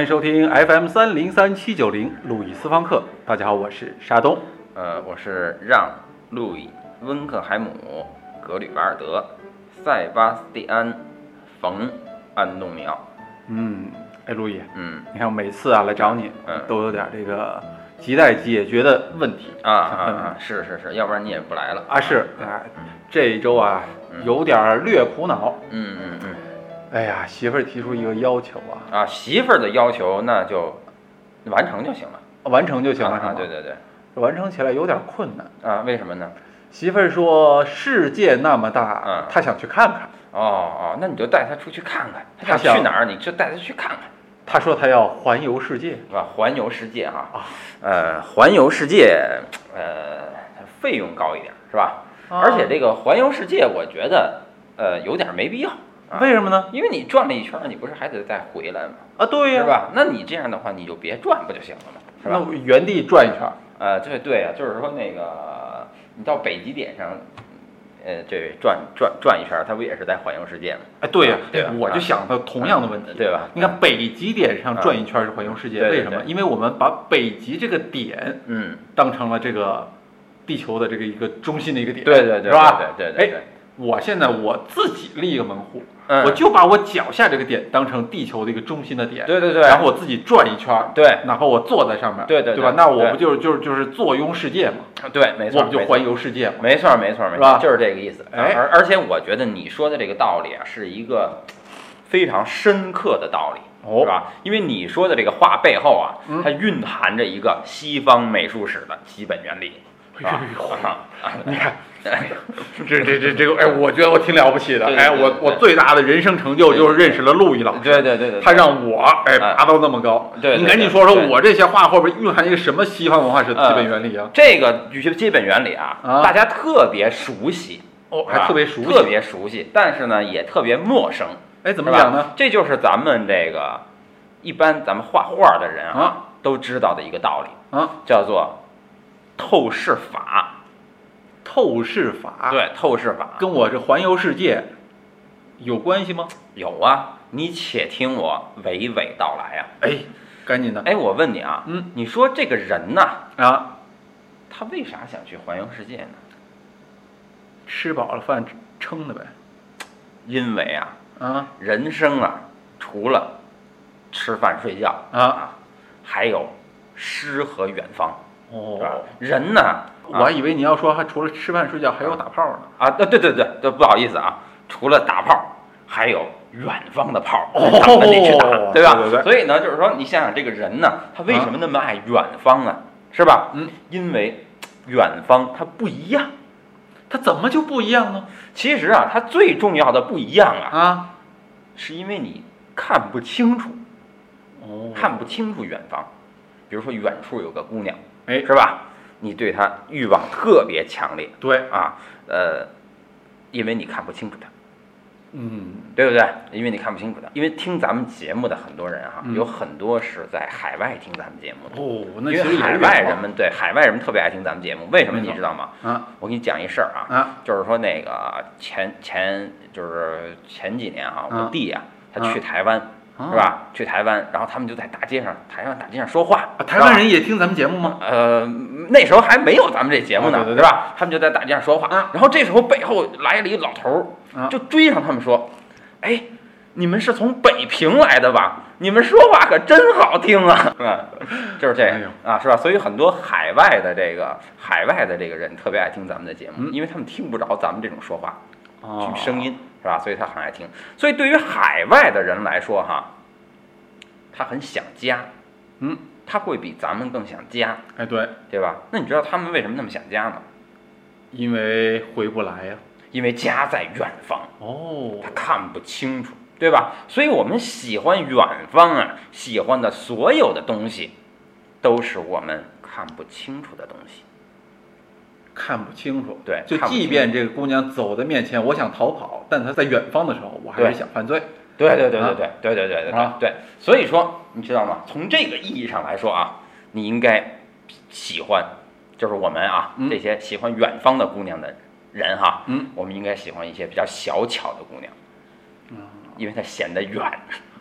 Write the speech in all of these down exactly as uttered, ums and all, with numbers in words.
收听 F M 三零三七九零路易斯方克。大家好，我是沙东。 呃，我是让、路易、温克海姆、格吕瓦尔德、塞巴斯蒂安、冯、安东尼奥。 嗯，哎，路易， 嗯， 你看我每次啊来找你， 嗯， 都有点这个亟待解决的问题啊啊啊！是是是，要不然你也不来了啊。是啊，这一周啊有点略苦恼。 嗯嗯嗯。 哎呀，媳妇儿提出一个要求啊。 啊，媳妇儿的要求那就完成就行了， 完成就行了， 啊啊，对对对， 完成起来有点困难啊？为什么呢？ 媳妇儿说世界那么大， 嗯， 她想去看看。 哦哦，那你就带她出去看看。她想去哪儿，你就带她去看看。 她说她要环游世界， 是吧？环游世界哈， 啊， 呃，环游世界，呃，费用高一点是吧？ 啊、 而且这个环游世界，我觉得呃有点没必要。啊、 为什么呢？ 因为你转了一圈，你不是还得再回来吗？ 啊，对呀、 是吧？那你这样的话，你就别转不就行了吗？是吧？ 那原地转一圈。 呃，对对啊，就是说那个你到北极点上，呃，这转转转一圈，它不也是在环游世界吗？ 哎，对呀、 啊，对吧？ 我就想到同样的问题， 对吧？ 你看北极点上转一圈是环游世界， 啊、 为什么？因为我们把北极这个点， 嗯， 当成了这个地球的这个一个中心的一个点， 对对对， 是吧？ 对对对。 哎，我现在我自己立一个门户。 嗯、 我就把我脚下这个点当成地球的一个中心的点， 对对对， 然后我自己转一圈， 对， 哪怕我坐在上面， 对对对吧？那我不就是就是就是坐拥世界嘛？ 对，没错， 我不就环游世界嘛？ 没错没错没错，就是这个意思。 哎， 而而且我觉得你说的这个道理啊，是一个非常深刻的道理， 哦、 是吧？因为你说的这个话背后啊， 嗯、 它蕴含着一个西方美术史的基本原理。 哎呦，你看，这这这这个，哎，我觉得我挺了不起的。哎，我我最大的人生成就就是认识了路易老师。 对对对对， 他让我哎爬到那么高。 对， 你赶紧说说我这些话后边蕴含一个什么西方文化史的基本原理啊？ 这个基本原理啊，大家特别熟悉， 哦，还特别熟悉， 特别熟悉，但是呢也特别陌生。 哎，怎么讲呢？ 这就是咱们这个一般咱们画画的人啊都知道的一个道理啊， 叫做透视法。 透视法， 对，透视法跟我这环游世界有关系吗？ 有啊，你且听我娓娓道来啊。 哎，赶紧的。 哎，我问你啊， 嗯， 你说这个人呐， 啊， 他为啥想去环游世界呢？ 吃饱了饭撑的呗。 因为啊， 啊， 人生啊，除了吃饭睡觉啊， 还有诗和远方。 哦， 人呢？ 我还以为你要说还除了吃饭睡觉还有打炮呢。 啊，对对对对，不好意思啊，除了打炮，还有远方的炮， 哦， 等着你去打，对吧？ 对对对。 所以呢，就是说，你想想这个人呢，他为什么那么爱远方呢？是吧？ 嗯， 因为远方它不一样。 它怎么就不一样呢？ 其实啊，它最重要的不一样啊， 啊， 是因为你看不清楚， 哦， 看不清楚远方。比如说远处有个姑娘。 哎， 是吧？你对他欲望特别强烈， 对啊，呃，因为你看不清楚他， 嗯， 对不对？因为你看不清楚他，因为听咱们节目的很多人哈、啊， 嗯、 有很多是在海外听咱们节目的哦，那因为海外人们对海外人们特别爱听咱们节目，为什么你知道吗？ 啊， 我给你讲一事儿啊， 啊， 就是说那个前前就是前几年哈、啊，我弟啊，他去台湾。 啊、 是吧？去台湾，然后他们就在大街上，台湾大街上说话。 啊、台湾人也听咱们节目吗？ 呃，那时候还没有咱们这节目呢， 啊、对对对是吧？他们就在大街上说话， 啊、 然后这时候背后来了一老头儿， 啊、 就追上他们说：“哎，你们是从北平来的吧？你们说话可真好听啊！”啊，就是这样、哎、啊，是吧？所以很多海外的这个海外的这个人特别爱听咱们的节目， 嗯、 因为他们听不着咱们这种说话， 哦， 声音是吧？所以他很爱听。所以对于海外的人来说，哈。他很想家， 嗯， 他会比咱们更想家， 哎，对， 对吧？那你知道他们为什么那么想家吗？ 因为回不来呀、啊， 因为家在远方， 哦， 他看不清楚，对吧？所以我们喜欢远方啊，喜欢的所有的东西，都是我们看不清楚的东西， 看不清楚， 对， 就即便这个姑娘走在面前，我想逃跑，但她在远方的时候，我还是想犯罪。 对对对对对对对对对对啊对，所以说你知道吗？从这个意义上来说啊，你应该喜欢，就是我们啊、 嗯、 这些喜欢远方的姑娘的人哈， 嗯， 我们应该喜欢一些比较小巧的姑娘， 嗯， 因为它显得远，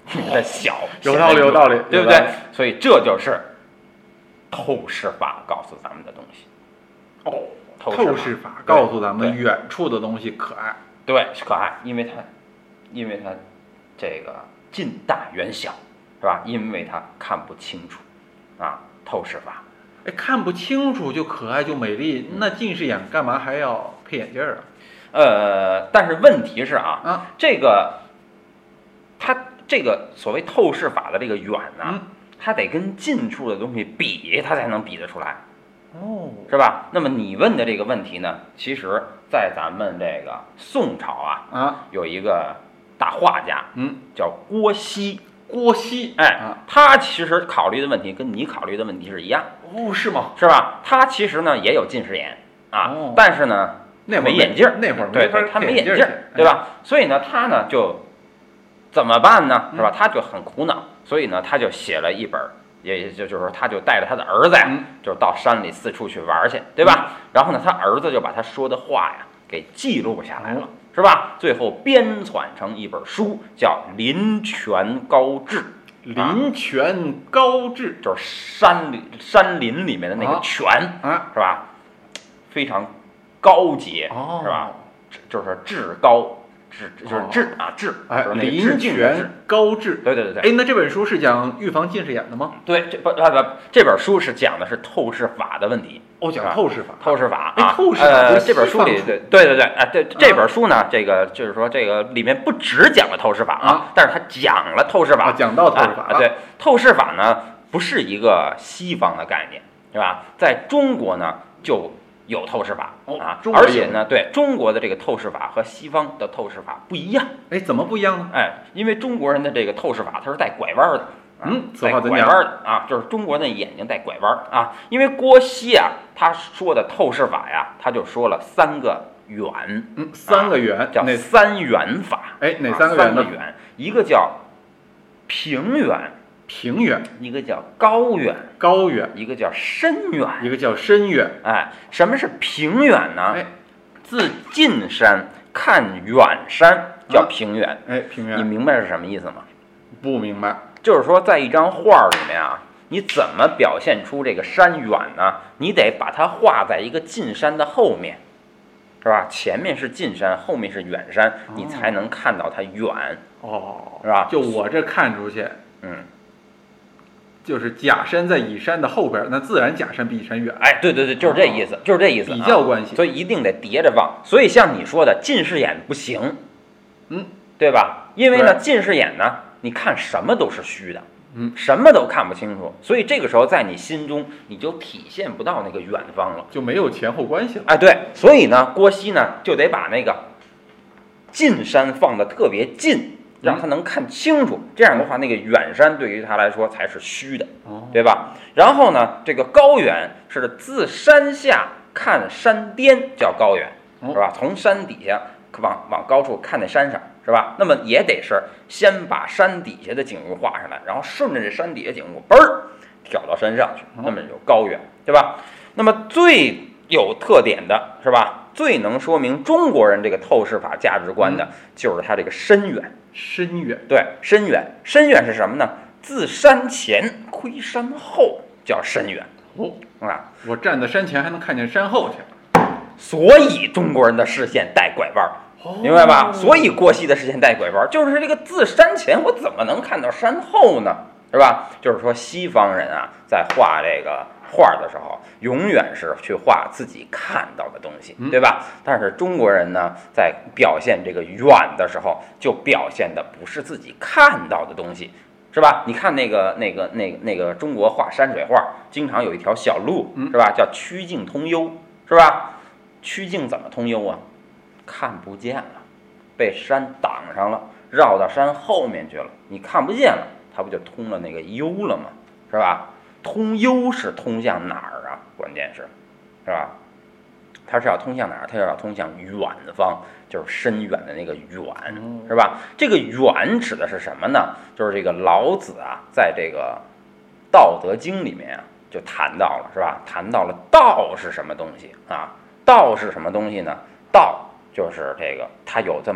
你的小， 有道理，有道理， 对不对？所以这就是透视法告诉咱们的东西。 哦，透视法告诉咱们远处的东西可爱， 对，可爱，因为它，因为它这个近大远小，是吧？因为它看不清楚，啊，透视法。 哎，看不清楚就可爱就美丽，那近视眼干嘛还要配眼镜啊？ 呃，但是问题是啊， 啊这个它这个所谓透视法的这个远呢、啊，嗯、它得跟近处的东西比，它才能比得出来。 哦， 是吧？那么你问的这个问题呢，其实，在咱们这个宋朝啊， 啊， 有一个大画家， 嗯， 叫郭熙。 郭熙， 哎， 啊、 他其实考虑的问题跟你考虑的问题是一样。 哦，是吗？ 是吧？他其实呢也有近视眼啊， 哦、 但是呢， 那没眼镜， 那会儿对对，他没眼镜，对吧？所以呢，他呢就怎么办呢？是吧？他就很苦恼，所以呢，他就写了一本。也就就是说，他就带着他的儿子呀， 嗯、 就是到山里四处去玩去，对吧？嗯、然后呢，他儿子就把他说的话呀给记录下来了， 嗯、 是吧？最后编纂成一本书，叫《林泉高致》。 林泉高致、 啊、就是山里山林里面的那个泉， 啊、 是吧？非常高洁， 哦、 是吧？就是至高。治就是治啊治， 哎，林泉高致， 对对对对。 哎，那这本书是讲预防近视眼的吗？ 对，这不不不，这本书是讲的是透视法的问题。 哦，讲透视法， 透视法啊，透视法。 呃，这本书里，对对对对，哎，对这本书呢，这个就是说，这个里面不只讲了透视法啊，但是他讲了透视法， 讲到透视法。 对，透视法呢不是一个西方的概念，是吧？在中国呢就。有透视法啊，而且呢，对中国的这个透视法和西方的透视法不一样。 哎，怎么不一样呢？ 哎，因为中国人的这个透视法它是带拐弯的，啊、 嗯， 带拐弯的啊，就是中国的眼睛带拐弯啊。因为郭熙啊，他说的透视法呀，他就说了三个远， 嗯，三个远、 啊、叫三远法。 哎，哪三个远呢？三个远，一个叫平远。 平远， 一个叫高远， 高远， 一个叫深远， 一个叫深远。 哎，什么是平远呢？ 哎， 自近山看远山叫平远。 哎，平远， 你明白是什么意思吗？ 不明白。 就是说，在一张画里面啊，你怎么表现出这个山远呢？你得把它画在一个近山的后面，是吧？前面是近山，后面是远山， 哦、 你才能看到它远。 哦， 是吧？ 就我这看出去， 嗯。 就是甲山在乙山的后边，那自然甲山比乙山远。 哎，对对对，就是这意思，哦、就是这意思， 比较关系。 所以一定得叠着望。所以像你说的，近视眼不行， 嗯， 对吧？因为呢，近视眼呢，你看什么都是虚的， 嗯， 什么都看不清楚。所以这个时候，在你心中，你就体现不到那个远方了， 就没有前后关系了。 哎，对。所以呢，郭熙呢，就得把那个近山放得特别近。让他能看清楚，这样的话，那个远山对于他来说才是虚的，对吧？然后呢，这个高远是自山下看山巅，叫高远，是吧？从山底下往往高处看那山上，是吧？那么也得是先把山底下的景物画上来，然后顺着这山底下景物，嘣儿挑到山上去，那么就高远，对吧？那么最有特点的是吧？最能说明中国人这个透视法价值观的，就是它这个深远。 深远， 对，深远，深远是什么呢？自山前窥山后，叫深远。 哦啊， 我站在山前还能看见山后去， 所以中国人的视线带拐弯， 哦、 明白吧？所以郭熙的视线带拐弯，就是这个自山前，我怎么能看到山后呢？是吧？就是说西方人啊，在画这个画的时候，永远是去画自己看到的东西，对吧？但是中国人呢，在表现这个远的时候，就表现的不是自己看到的东西，是吧？你看那个、那个、那个、那个中国画山水画，经常有一条小路，是吧？叫曲径通幽，是吧？曲径怎么通幽啊？看不见了，被山挡上了，绕到山后面去了，你看不见了，它不就通了那个幽了吗？是吧？通幽是通向哪儿啊？关键是，是吧？它是要通向哪儿？它要通向远方，就是深远的那个远，是吧？这个远指的是什么呢？就是这个老子啊，在这个《道德经》里面啊，就谈到了，是吧？谈到了道是什么东西啊？道是什么东西呢？道就是这个，它有这么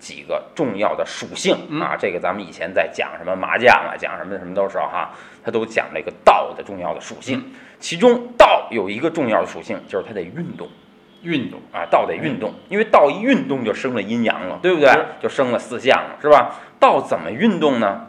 几个重要的属性啊。 嗯、 这个咱们以前在讲什么麻将啊，讲什么什么都是哈，它都讲这个道的重要的属性。 嗯、 其中道有一个重要的属性，就是它得运动。 运动啊，道得运动，因为道一运动就生了阴阳了，对不对？就生了四象了，是吧？道怎么运动呢？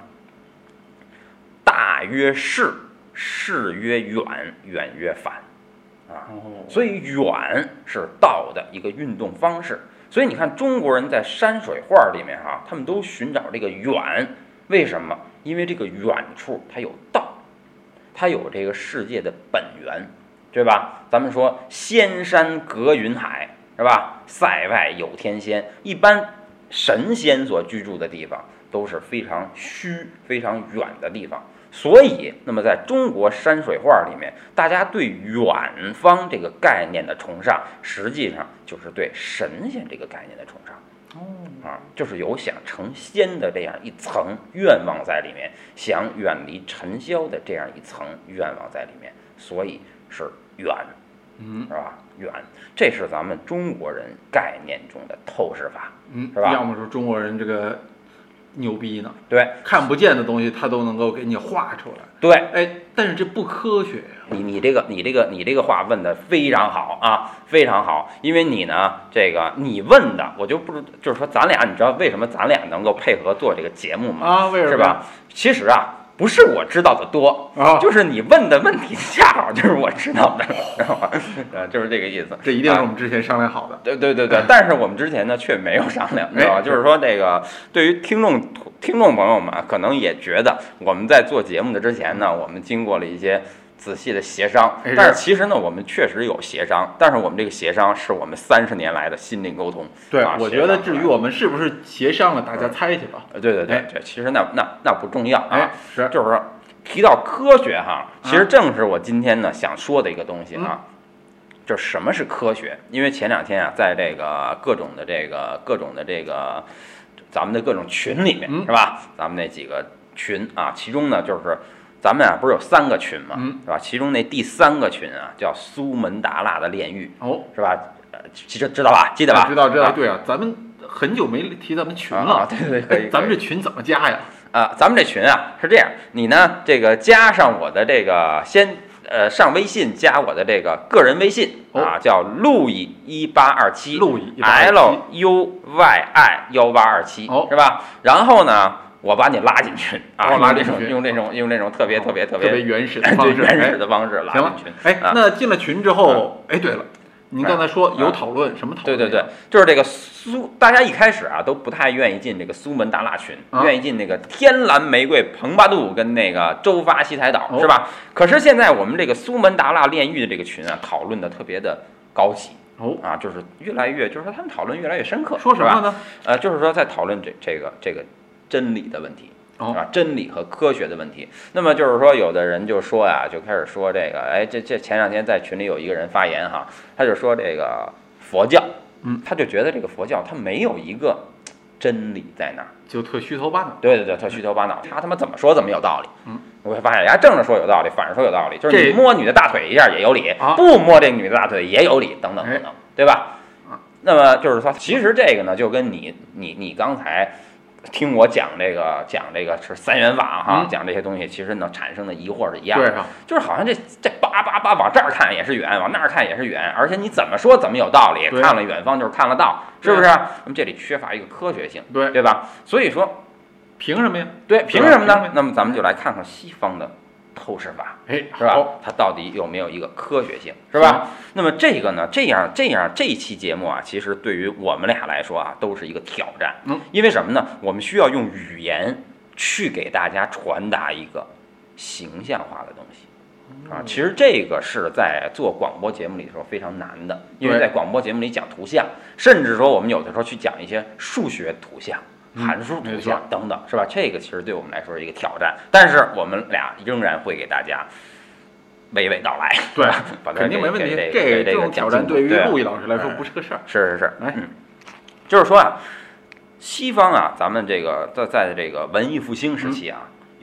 大曰势，势曰远，远曰反，啊，所以远是道的一个运动方式。所以你看，中国人在山水画里面哈、啊，他们都寻找这个远，为什么？因为这个远处它有道，它有这个世界的本源。对吧？咱们说仙山隔云海，是吧？塞外有天仙。一般神仙所居住的地方都是非常虚、非常远的地方。所以，那么在中国山水画里面，大家对远方这个概念的崇尚，实际上就是对神仙这个概念的崇尚。 哦， 啊，就是有想成仙的这样一层愿望在里面，想远离尘嚣的这样一层愿望在里面，所以是远， 嗯， 是吧？远，这是咱们中国人概念中的透视法， 嗯， 是吧？ 要么说中国人这个牛逼呢， 对， 看不见的东西他都能够给你画出来， 对， 哎，但是这不科学呀、啊。 你你这个你这个你这个话问的非常好啊，非常好，因为你呢，这个你问的，我就不知，就是说咱俩，你知道为什么咱俩能够配合做这个节目吗？ 啊，为什么？ 是吧？其实啊。不是我知道的多啊， 就是你问的问题恰好就是我知道的，知道吗？呃，就是这个意思。 这一定是我们之前商量好的。 啊、对对对对，但是我们之前呢却没有商量，你知道吧？就是说这个对于听众听众朋友们可能也觉得我们在做节目的之前呢，我们经过了一些仔细的协商，但是其实呢，我们确实有协商，但是我们这个协商是我们三十年来的心灵沟通。 对， 啊、 我觉得至于我们是不是协商了，大家猜去吧。 对对对对，其实那那那不重要啊， 哎、是就是说提到科学哈，其实正是我今天呢想说的一个东西啊， 嗯、 就是什么是科学？因为前两天啊，在这个各种的这个各种的这个咱们的各种群里面、 嗯、 是吧？咱们那几个群啊，其中呢就是。咱们啊不是有三个群嘛， 嗯， 是吧？其中那第三个群啊叫苏门答腊的炼狱， 哦， 是吧？呃，其实知道吧？记得吧？ 知道知道，对啊，咱们很久没提咱们群了， 啊、对对可以。 咱们这群怎么加呀？ 啊，咱们这群啊是这样，你呢这个加上我的这个先呃上微信加我的这个个人微信、 哦、 啊，叫路易一八二七， 路易 L U Y I 幺八二七，是吧？然后呢？我把你拉进群啊， 哦、拉进群，用这种用这种特别特别特别特别原始的方式， 原始的方式拉进群。 哎，那进了群之后，哎，对了，您刚才说有讨论，什么讨论？ 对对对，就是这个苏，大家一开始啊都不太愿意进这个苏门答腊群，愿意进那个天蓝玫瑰蓬巴杜跟那个周发西台岛，是吧？可是现在我们这个苏门答腊炼狱的这个群啊，讨论的特别的高级。 哦啊，就是越来越，就是说他们讨论越来越深刻， 说什么呢？ 呃，就是说在讨论这这个这个。真理的问题，是吧？真理和科学的问题。那么就是说，有的人就说呀，就开始说这个，哎，这这前两天在群里有一个人发言哈，他就说这个佛教， 嗯， 他就觉得这个佛教它没有一个真理在那儿， 就特虚头巴脑。 对对对，特虚头巴脑，他他妈怎么说怎么有道理。 嗯， 我会发现人家正着说有道理，反着说有道理，就是你摸女的大腿一下也有理，不摸这女的大腿也有理，等等等等，对吧？ 啊， 那么就是说，其实这个呢，就跟你你你刚才。听我讲这个讲这个是三元法哈， 嗯、 讲这些东西，其实呢产生的疑惑是一样的， 对啊，就是好像这这叭叭叭往这儿看也是远，往那儿看也是远，而且你怎么说怎么有道理，看了远方就是看了道，是不是？那么这里缺乏一个科学性， 对对吧？所以说， 凭什么呀？ 对，凭什么呢？那么咱们就来看看西方的透视法， 哎， 是吧？它到底有没有一个科学性，是吧？那么这个呢，这样这样这一期节目啊，其实对于我们俩来说啊，都是一个挑战。 嗯， 因为什么呢？我们需要用语言去给大家传达一个形象化的东西啊。其实这个是在做广播节目里的时候非常难的，因为在广播节目里讲图像，甚至说我们有的时候去讲一些数学图像。函数图像等等，是吧？这个其实对我们来说是一个挑战，但是我们俩仍然会给大家娓娓道来， 对， 把肯定没问题。 这这这种挑战对于陆毅老师来说不是个事儿。 是是是，嗯，就是说啊，西方啊，咱们这个在在这个文艺复兴时期啊，有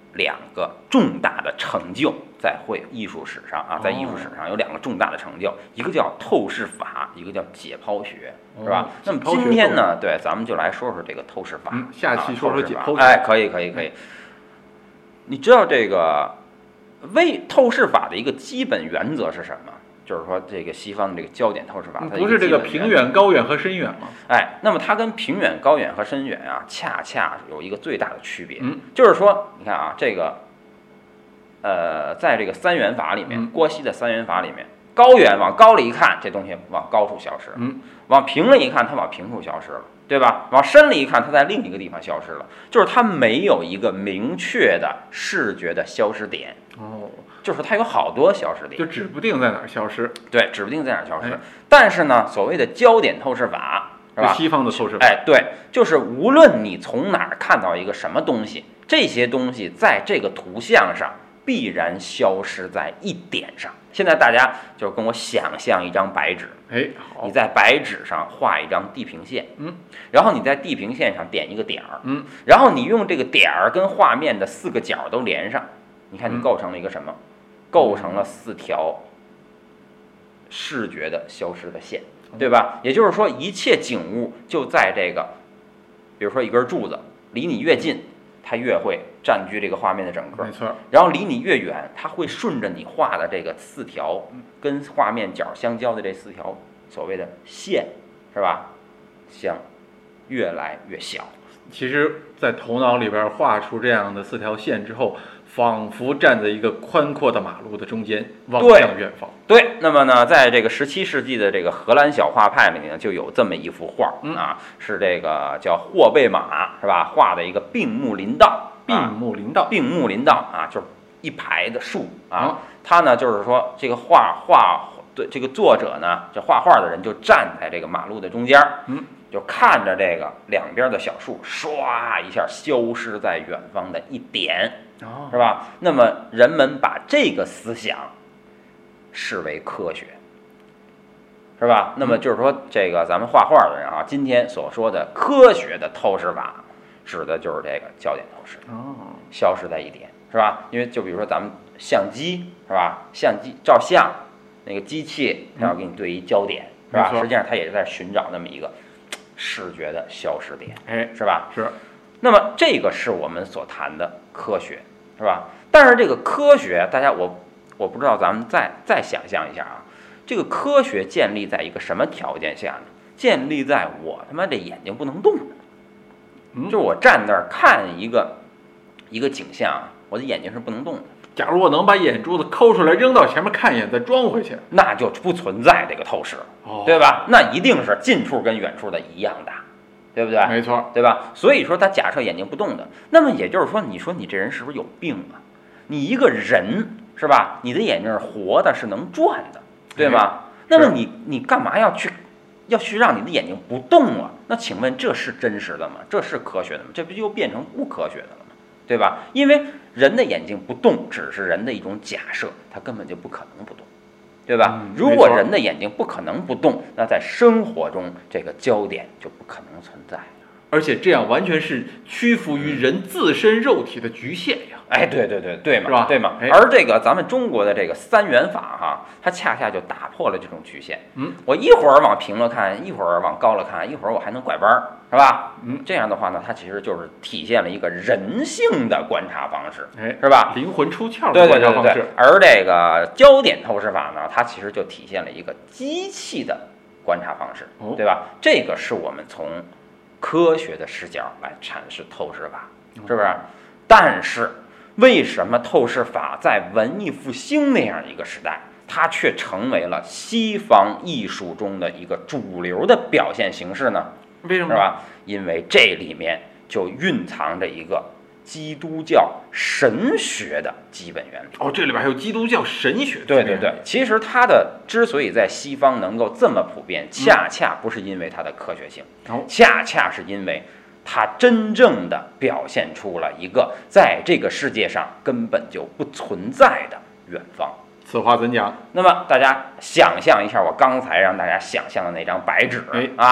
两个重大的成就，在绘艺术史上啊，在艺术史上有两个重大的成就，一个叫透视法，一个叫解剖学，是吧？那么今天呢，对，咱们就来说说这个透视法。 嗯，下期说说解剖学。 哎，可以，可以，可以。你知道这个为透视法的一个基本原则是什么？就是说，这个西方的这个焦点透视法，它不是这个平远、高远和深远吗？ 哎，那么它跟平远、高远和深远啊，恰恰有一个最大的区别， 嗯， 就是说，你看啊，这个，呃，在这个三元法里面， 嗯、 郭熙的三元法里面，高远往高了一看，这东西往高处消失了； 嗯， 往平了一看，它往平处消失了，对吧？往深了一看，它在另一个地方消失了，就是它没有一个明确的视觉的消失点。 哦。 就是它有好多消失点， 就指不定在哪儿消失。 对，指不定在哪儿消失。 哎、 但是呢，所谓的焦点透视法，是吧？ 西方的透视法。 哎，对，就是无论你从哪儿看到一个什么东西，这些东西在这个图像上必然消失在一点上。现在大家就跟我想象一张白纸， 哎，好， 你在白纸上画一张地平线， 嗯， 然后你在地平线上点一个点儿， 嗯， 然后你用这个点儿跟画面的四个角都连上，你看你构成了一个什么？嗯构成了四条视觉的消失的线，对吧？也就是说，一切景物就在这个，比如说一根柱子，离你越近，它越会占据这个画面的整个， 没错。 然后离你越远，它会顺着你画的这个四条跟画面角相交的这四条所谓的线，是吧？相越来越小。 其实，在头脑里边画出这样的四条线之后，仿佛站在一个宽阔的马路的中间，望向远方。 对，那么呢，在这个十七世纪的这个荷兰小画派里呢，就有这么一幅画、 嗯、 啊，是这个叫霍贝马，是吧？画的一个并木林道， 并木林道， 并木林道啊，就是一排的树啊。 嗯、 它呢，就是说这个画画对这个作者呢，这画画的人就站在这个马路的中间， 嗯。 就看着这个两边的小树唰一下消失在远方的一点， 哦、 是吧？那么人们把这个思想视为科学，是吧？那么就是说，这个咱们画画的人啊，今天所说的科学的透视法，指的就是这个焦点透视， 哦， 消失在一点，是吧？因为就比如说咱们相机，是吧？相机照相，那个机器它要给你对一焦点，是吧？实际上它也是在寻找那么一个视觉的消失点， 哎， 是吧？ 是。 那么这个是我们所谈的科学，是吧？但是这个科学，大家我我不知道，咱们再再想象一下啊，这个科学建立在一个什么条件下呢？建立在我他妈这眼睛不能动， 嗯， 就我站那儿看一个一个景象啊，我的眼睛是不能动的。 假如我能把眼珠子抠出来扔到前面看一眼，再装回去， 那就不存在这个透视， 哦、 对吧？那一定是近处跟远处的一样大，对不对？ 没错， 对吧？所以说他假设眼睛不动的，那么也就是说，你说你这人是不是有病啊？你一个人是吧？你的眼睛是活的，是能转的，对吗？ 哎、 那么你你干嘛要去要去让你的眼睛不动啊？那请问这是真实的吗？这是科学的吗？这不就变成不科学的了吗？对吧？因为人的眼睛不动只是人的一种假设，它根本就不可能不动，对吧？ 嗯、 如果人的眼睛不可能不动，那在生活中这个焦点就不可能存在。 而且这样完全是屈服于人自身肉体的局限呀！ 哎，对对对对嘛， 是吧？ 对嘛。 哎、 而这个咱们中国的这个三元法哈，它恰恰就打破了这种局限。 嗯， 我一会儿往平了看，一会儿往高了看，一会儿我还能拐弯儿，是吧？ 嗯， 这样的话呢，它其实就是体现了一个人性的观察方式， 哎， 是吧？ 灵魂出窍的观察方式。 对对对对对。而这个焦点透视法呢，它其实就体现了一个机器的观察方式， 哦、 对吧？这个是我们从科学的视角来阐释透视法，是不是？但是为什么透视法在文艺复兴那样一个时代，它却成为了西方艺术中的一个主流的表现形式呢？ 为什么？ 是吧？因为这里面就蕴藏着一个基督教神学的基本原理。 哦，这里边还有基督教神学。 对对对，其实它的之所以在西方能够这么普遍，恰恰不是因为它的科学性， 嗯、 恰恰是因为它真正的表现出了一个在这个世界上根本就不存在的远方。 此话怎讲？ 那么大家想象一下，我刚才让大家想象的那张白纸、 哎、 啊，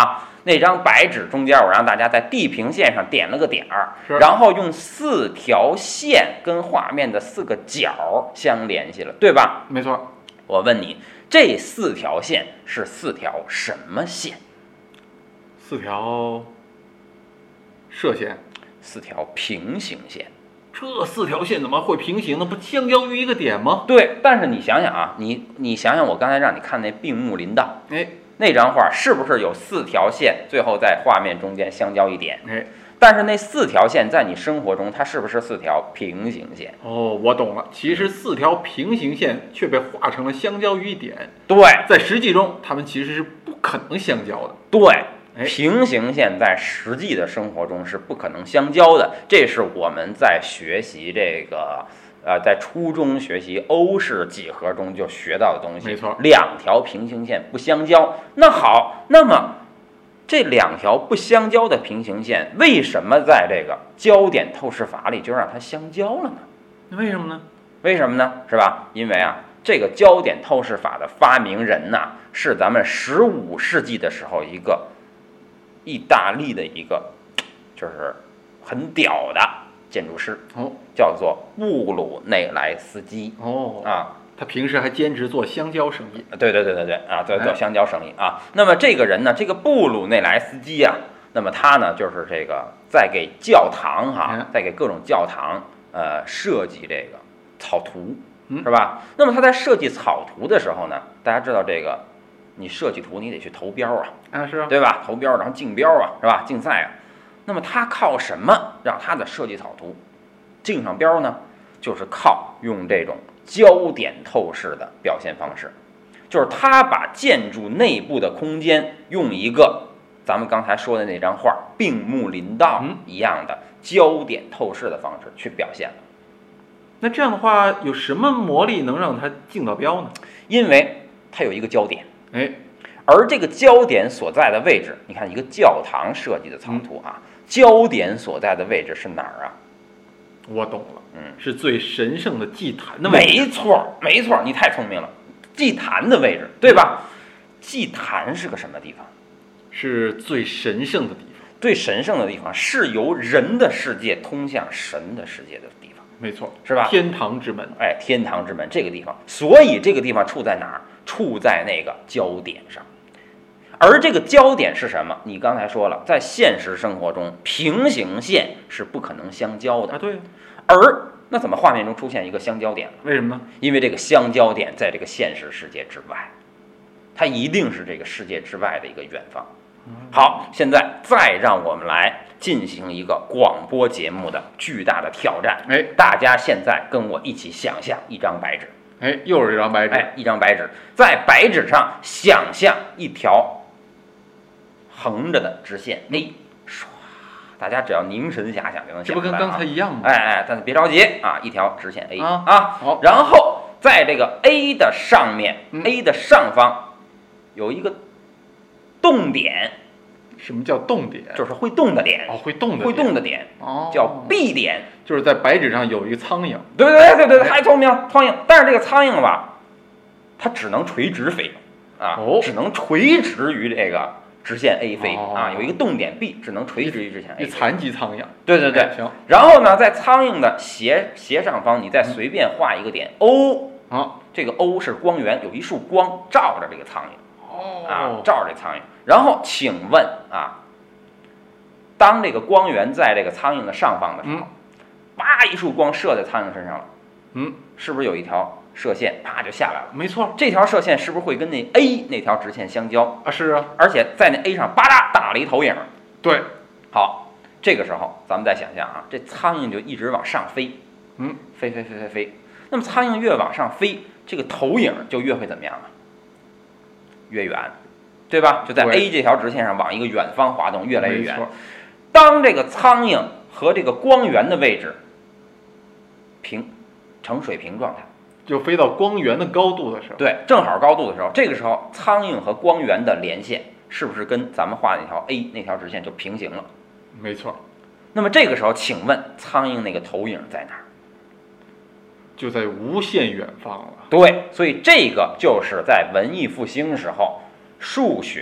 那张白纸中间，我让大家在地平线上点了个点儿， 是然后用四条线跟画面的四个角相联系了，对吧？ 没错。 我问你，这四条线是四条什么线？ 四条射线， 四条平行线。 这四条线怎么会平行呢？不相交于一个点吗？ 对，但是你想想啊，你你想想，我刚才让你看那并木林道， 哎， 那张画是不是有四条线，最后在画面中间相交一点？ 哎， 但是那四条线在你生活中，它是不是四条平行线？ 哦，我懂了。其实四条平行线却被画成了相交于一点。 对， 在实际中，它们其实是不可能相交的。 对。平行线在实际的生活中是不可能相交的，这是我们在学习这个呃，在初中学习欧式几何中就学到的东西。 没错， 两条平行线不相交。那好，那么这两条不相交的平行线，为什么在这个焦点透视法里就让它相交了呢？ 那为什么呢？ 为什么呢？是吧？因为啊，这个焦点透视法的发明人呐、啊，是咱们十五世纪的时候一个。意大利的一个就是很屌的建筑师哦， 叫做布鲁内莱斯基哦啊， 他平时还兼职做香蕉生意。 对对对对对啊，做做香蕉生意啊。那么这个人呢，这个布鲁内莱斯基啊，那么他呢就是这个在给教堂哈，在给各种教堂呃设计这个草图，是吧？那么他在设计草图的时候呢，大家知道这个。你设计图，你得去投标啊， 啊是啊， 对吧？投标，然后竞标啊，是吧？竞赛啊。那么他靠什么让他的设计草图竞上标呢？就是靠用这种焦点透视的表现方式，就是他把建筑内部的空间用一个咱们刚才说的那张画并木林道一样的焦点透视的方式去表现了。 那这样的话，有什么魔力能让它竞到标呢？ 因为它有一个焦点。 哎， 而这个焦点所在的位置，你看一个教堂设计的草图啊，嗯、焦点所在的位置是哪儿啊？ 我懂了， 嗯， 是最神圣的祭坛的位置。 没错，没错，你太聪明了，祭坛的位置，对吧？祭坛是个什么地方？ 是最神圣的地方。 最神圣的地方是由人的世界通向神的世界的地方。 没错， 是吧？ 天堂之门， 哎，天堂之门这个地方，所以这个地方处在哪儿？处在那个焦点上。而这个焦点是什么？你刚才说了，在现实生活中，平行线是不可能相交的啊。对。 而那怎么画面中出现一个相交点？ 为什么呢？ 因为这个相交点在这个现实世界之外，它一定是这个世界之外的一个远方。好，现在再让我们来进行一个广播节目的巨大的挑战。 哎， 大家现在跟我一起想象一张白纸。 哎，又是一张白纸。 哎，一张白纸，在白纸上想象一条横着的直线 A， 唰，大家只要凝神遐想就能想出来、啊。 这不跟刚才一样吗？ 哎哎，但是别着急啊，一条直线 A 啊， 啊好， 然后在这个 A 的上面、 嗯、 ，A 的上方有一个动点。 什么叫动点？ 就是会动的点。 哦，会动的会动的点， 哦， 叫 B 点。 就是在白纸上有一个苍蝇。 对对对对对，太聪明了，苍蝇。但是这个苍蝇吧，它只能垂直飞啊， 哦， 只能垂直于这个直线 A 飞、 哦、 啊，有一个动点 B， 只能垂直于直线 A。 一残疾苍蝇。 对对对， 哎、行。 然后呢，在苍蝇的斜斜上方，你再随便画一个点 O。 啊， 这个 O 是光源，有一束光照着这个苍蝇。 哦。 啊，照着这苍蝇。然后请问啊。当这个光源在这个苍蝇的上方的时候，啪、嗯，一束光射在苍蝇身上了， 嗯， 是不是有一条射线啪就下来了？ 没错， 这条射线是不是会跟那 A 那条直线相交啊？是啊， 而且在那 A 上吧嗒打了一投影。 对， 好，这个时候咱们再想象啊，这苍蝇就一直往上飞， 嗯， 飞飞飞飞飞。那么苍蝇越往上飞，这个投影就越会怎么样啊？越远，对吧？就在 A 这条直线上往一个远方滑动，越来越远。当这个苍蝇和这个光源的位置平呈水平状态， 就飞到光源的高度的时候， 对，正好高度的时候，这个时候苍蝇和光源的连线是不是跟咱们画的那条 A 那条直线就平行了？ 没错。 那么这个时候，请问苍蝇那个投影在哪儿？ 就在无限远方了。 对，所以这个就是在文艺复兴时候数学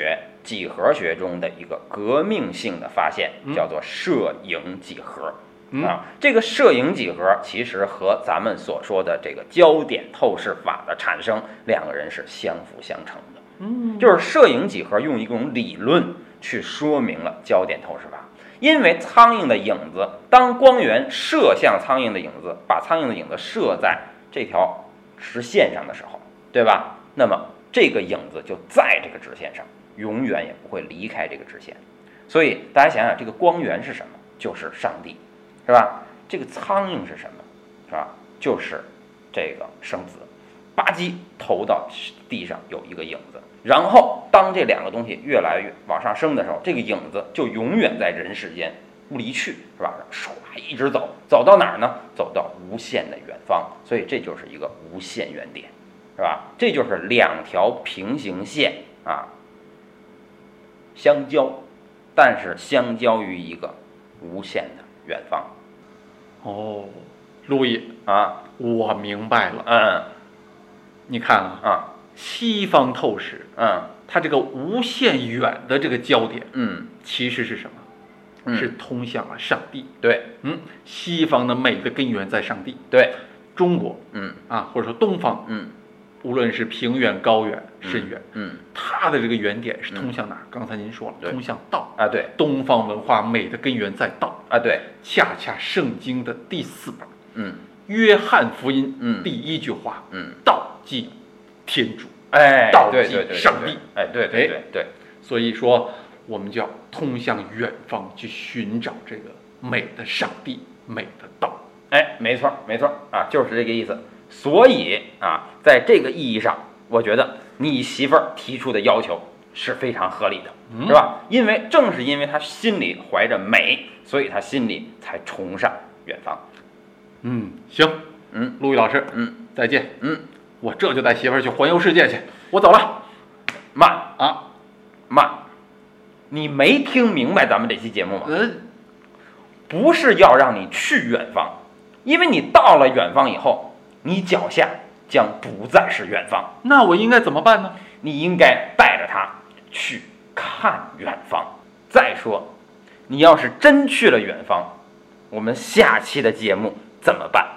几何学中的一个革命性的发现， 嗯、 叫做摄影几何。 嗯、 啊，这个摄影几何其实和咱们所说的这个焦点透视法的产生，两个人是相辅相成的。 嗯， 就是摄影几何用一种理论去说明了焦点透视法。因为苍蝇的影子，当光源射向苍蝇的影子，把苍蝇的影子射在这条直线上的时候，对吧？那么这个影子就在这个直线上，永远也不会离开这个直线。所以大家想想，这个光源是什么？就是上帝，是吧？这个苍蝇是什么？是吧？就是这个生子，吧唧投到地上有一个影子。然后，当这两个东西越来越往上升的时候，这个影子就永远在人世间不离去，是吧？唰一直走，走到哪儿呢？走到无限的远方。所以这就是一个无限原点，是吧？这就是两条平行线啊相交，但是相交于一个无限的远方。 哦，路易啊， 我明白了。 嗯， 你看啊， 啊。 西方透视， 嗯， 它这个无限远的这个焦点， 嗯， 其实是什么？ 嗯、 是通向了上帝。 对， 嗯，西方的美的根源在上帝。 对， 中国， 嗯啊，或者说东方， 嗯， 无论是平原、高原、深远， 嗯， 它的这个原点是通向哪儿？嗯、刚才您说了，通向道啊，对， 东方文化美的根源在道啊，对， 恰恰圣经的第四本， 嗯， 约翰福音， 嗯， 第一句话， 嗯， 道即天主， 哎， 道即上帝， 哎，对对对对， 所以说我们就要通向远方去寻找这个美的上帝，美的道。 哎，没错没错啊，就是这个意思。所以啊，在这个意义上，我觉得你媳妇儿提出的要求是非常合理的， 嗯、 是吧？因为正是因为她心里怀着美，所以她心里才崇尚远方。 嗯，行， 嗯， 陆毅老师， 嗯， 再见， 嗯， 我这就带媳妇儿去环游世界去，我走了。 慢啊， 慢，你没听明白咱们这期节目吗？ 呃， 不是要让你去远方，因为你到了远方以后，你脚下将不再是远方。 那我应该怎么办呢？ 你应该带着他去看远方。再说，你要是真去了远方，我们下期的节目怎么办？